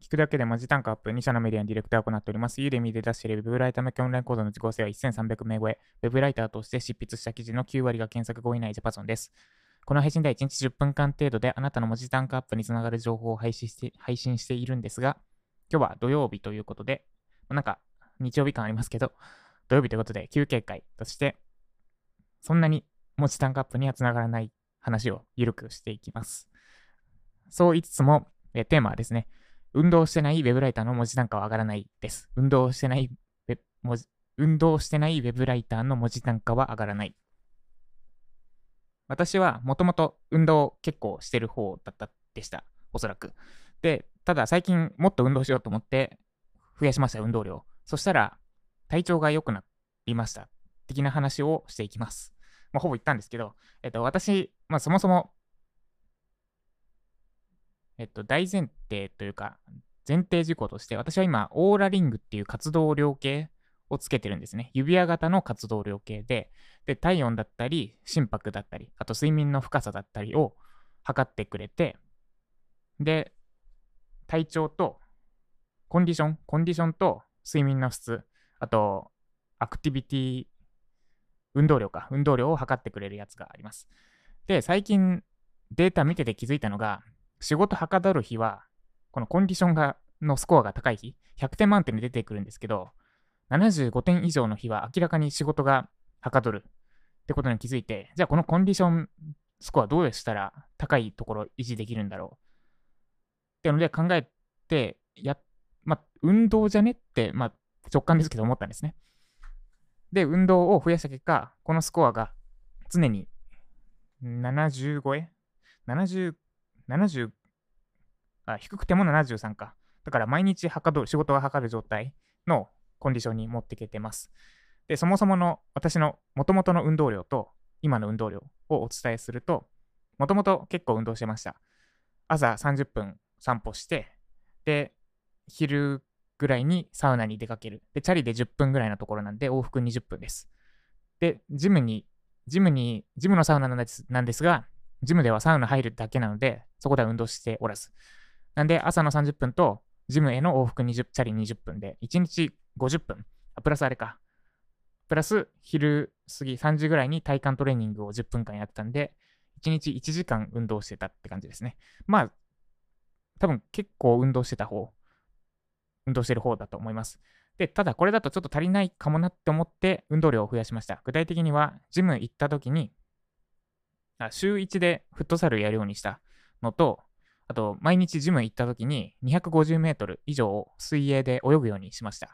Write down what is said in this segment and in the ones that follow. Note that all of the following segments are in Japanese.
聞くだけで文字単価アップ、2社のメディアのディレクターを行っております。ユーデミで出しているウェブライター向けオンライン講座の受講生は1300名超え、ウェブライターとして執筆した記事の9割が検索後以内ジャパソンです。この配信では1日10分間程度であなたの文字単価アップにつながる情報を配信しているんですが、今日は土曜日ということで、なんか日曜日感ありますけど、土曜日ということで休憩会として、そんなに文字単価アップにはつながらない話を緩くしていきます。そう言いつつも、テーマはですね、運動してないウェブライターの文字単価は上がらないです。運動してないウェブライターの文字単価は上がらない。私はもともと運動結構してる方だったでした。おそらく。で、ただ最近もっと運動しようと思って増やしました、運動量。そしたら体調が良くなりました。的な話をしていきます。ほぼ言ったんですけど、私、そもそも大前提というか、前提事項として、私は今、オーラリングっていう活動量計をつけてるんですね。指輪型の活動量計で、体温だったり、心拍だったり、あと睡眠の深さだったりを測ってくれて、で、体調とコンディションと睡眠の質、あと、アクティビティ、運動量を測ってくれるやつがあります。で、最近データ見てて気づいたのが、仕事はかどる日は、このコンディションのスコアが高い日、100点満点で出てくるんですけど、75点以上の日は明らかに仕事がはかどるってことに気づいて、じゃあこのコンディションスコアどうしたら高いところ維持できるんだろうっていうので考えて、運動じゃねって、直感ですけど思ったんですね。で、運動を増やした結果、このスコアが常に70超え ?70、70、低くても73か。だから毎日仕事がはかる状態のコンディションに持っていけてます。で、そもそもの私の元々の運動量と今の運動量をお伝えすると、もともと結構運動してました。朝30分散歩して、で、昼ぐらいにサウナに出かける。で、チャリで10分ぐらいのところなんで往復20分です。で、ジムのサウナなんですが、ジムではサウナ入るだけなので、そこでは運動しておらず。なんで、朝の30分と、ジムへの往復チャリ20分で、1日50分。プラスあれか。プラス、昼過ぎ3時ぐらいに体幹トレーニングを10分間やってたんで、1日1時間運動してたって感じですね。多分結構運動してる方だと思います。で、ただこれだとちょっと足りないかもなって思って運動量を増やしました。具体的には、ジム行った時に、週1でフットサルやるようにしたのと、あと、毎日ジム行った時に250メートル以上水泳で泳ぐようにしました。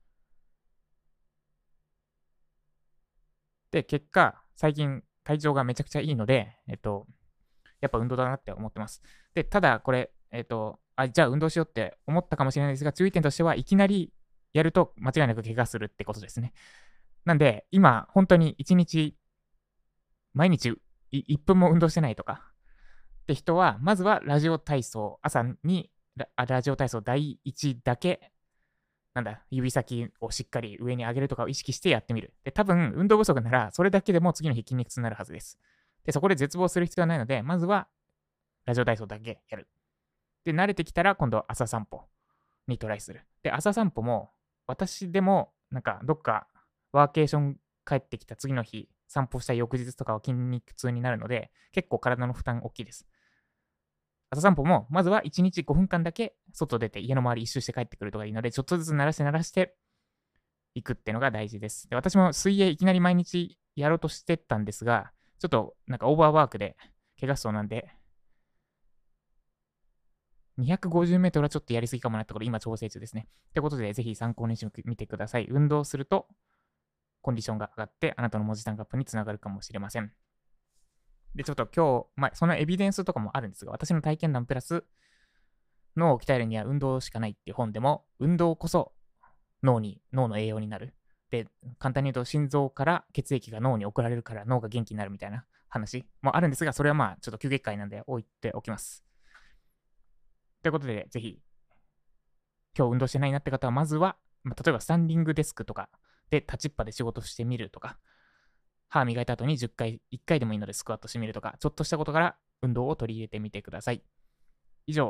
で、結果、最近体調がめちゃくちゃいいので、やっぱ運動だなって思ってます。で、ただこれ、じゃあ運動しようって思ったかもしれないですが、注意点としては、いきなりやると間違いなく怪我するってことですね。なんで、今、本当に1日、毎日1分も運動してないとか、って人は、まずはラジオ体操、朝にラジオ体操第1だけ、指先をしっかり上に上げるとかを意識してやってみる。で、多分、運動不足なら、それだけでも次の日筋肉痛になるはずです。で、そこで絶望する必要はないので、まずは、ラジオ体操だけやる。で、慣れてきたら、今度は朝散歩にトライする。で、朝散歩も、私でも、どっか、ワーケーション帰ってきた次の日、散歩した翌日とかは筋肉痛になるので、結構体の負担大きいです。朝散歩も、まずは1日5分間だけ外出て家の周り一周して帰ってくるとかいいので、ちょっとずつ鳴らしていくっていうのが大事です。で、私も水泳いきなり毎日やろうとしてたんですが、ちょっとオーバーワークで怪我しそうなんで、250メートルはちょっとやりすぎかもなってこれ今調整中ですね。ってことで、ぜひ参考にしてみてください。運動すると、コンディションが上がって、あなたの文字単価アップにつながるかもしれません。で、ちょっと今日、そのエビデンスとかもあるんですが、私の体験談プラス、脳を鍛えるには運動しかないっていう本でも、運動こそ脳の栄養になる。で、簡単に言うと心臓から血液が脳に送られるから脳が元気になるみたいな話もあるんですが、それはちょっと休憩会なんで置いておきます。ということで、ぜひ、今日運動してないなって方は、まずは、例えばスタンディングデスクとかで立ちっぱで仕事してみるとか、歯磨いた後に10回、1回でもいいのでスクワットしてみるとか、ちょっとしたことから運動を取り入れてみてください。以上、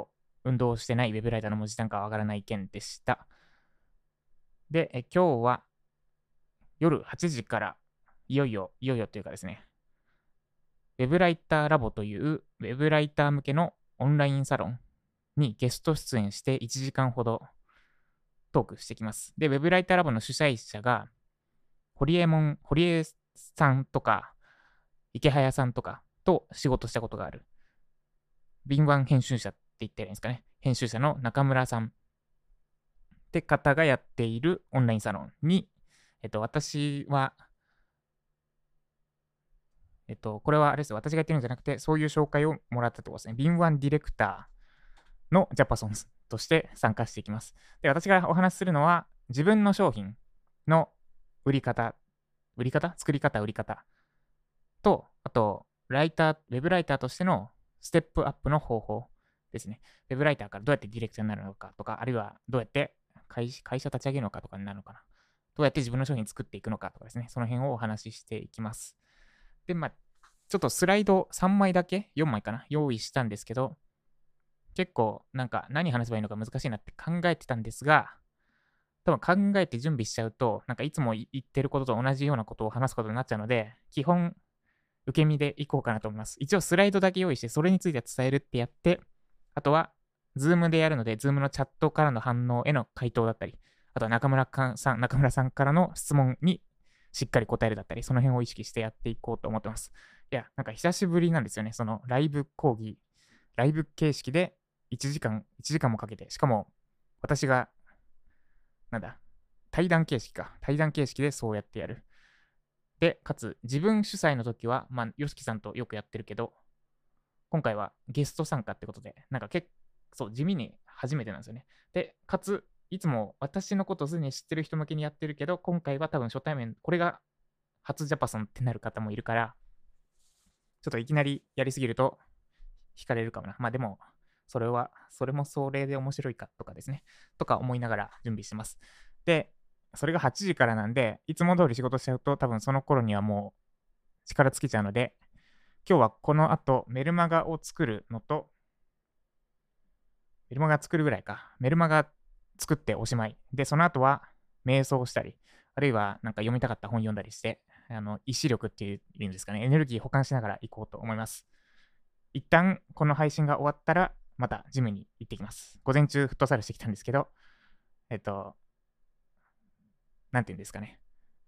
運動してないウェブライターの文字単価は上がらない件でした。で、今日は夜8時からいよいよというかですね、ウェブライターラボというウェブライター向けのオンラインサロンにゲスト出演して1時間ほどトークしてきます。で、ウェブライターラボの主催者が、堀江さんとか、池早さんとかと仕事したことがある。敏腕編集者って言ったらいいんですかね。編集者の中村さんって方がやっているオンラインサロンに、私は、これはあれですよ。私がやってるんじゃなくて、そういう紹介をもらったってことですね。敏腕ディレクターのジャパソンズとして参加していきます。で、私がお話しするのは、自分の商品の作り方、売り方と、あと、ウェブライターとしてのステップアップの方法ですね。ウェブライターからどうやってディレクターになるのかとか、あるいはどうやって会社立ち上げるのかとかになるのかな。どうやって自分の商品作っていくのかとかですね。その辺をお話ししていきます。で、ちょっとスライド3枚だけ、4枚かな、用意したんですけど、結構なんか何話せばいいのか難しいなって考えてたんですが、多分考えて準備しちゃうと、なんかいつも言ってることと同じようなことを話すことになっちゃうので、基本、受け身でいこうかなと思います。一応スライドだけ用意して、それについて伝えるってやって、あとは、ズームでやるので、ズームのチャットからの反応への回答だったり、あとは中村さんからの質問にしっかり答えるだったり、その辺を意識してやっていこうと思ってます。いや、なんか久しぶりなんですよね。そのライブ講義、ライブ形式で1時間もかけて、しかも私が、対談形式でそうやってやる。で、かつ、自分主催の時は、ヨシキさんとよくやってるけど、今回はゲスト参加ってことで、なんかそう、地味に初めてなんですよね。で、かつ、いつも私のことをすでに知ってる人向けにやってるけど、今回は多分初対面、これが初ジャパソンってなる方もいるから、ちょっといきなりやりすぎると惹かれるかもな。でも、それもそれで面白いかとかですね。とか思いながら準備してます。で、それが8時からなんで、いつも通り仕事しちゃうと、多分その頃にはもう力尽きちゃうので、今日はこの後、メルマガを作るのと、メルマガ作るぐらいか。メルマガ作っておしまい。で、その後は瞑想したり、あるいはなんか読みたかった本読んだりして、意志力っていうんですかね、エネルギー保管しながら行こうと思います。一旦この配信が終わったら、またジムに行ってきます。午前中フットサルしてきたんですけど、なんていうんですかね。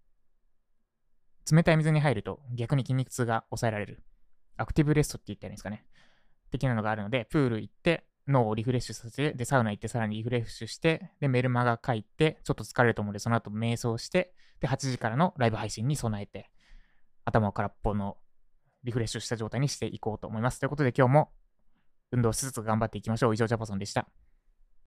冷たい水に入ると逆に筋肉痛が抑えられる。アクティブレストって言ったらいいんですかね。的なのがあるので、プール行って、脳をリフレッシュさせて、で、サウナ行ってさらにリフレッシュして、で、メルマガ書いて、ちょっと疲れると思うので、その後瞑想して、で、8時からのライブ配信に備えて、頭を空っぽのリフレッシュした状態にしていこうと思います。ということで今日も運動しつつ頑張っていきましょう。以上、ジャパソンでした。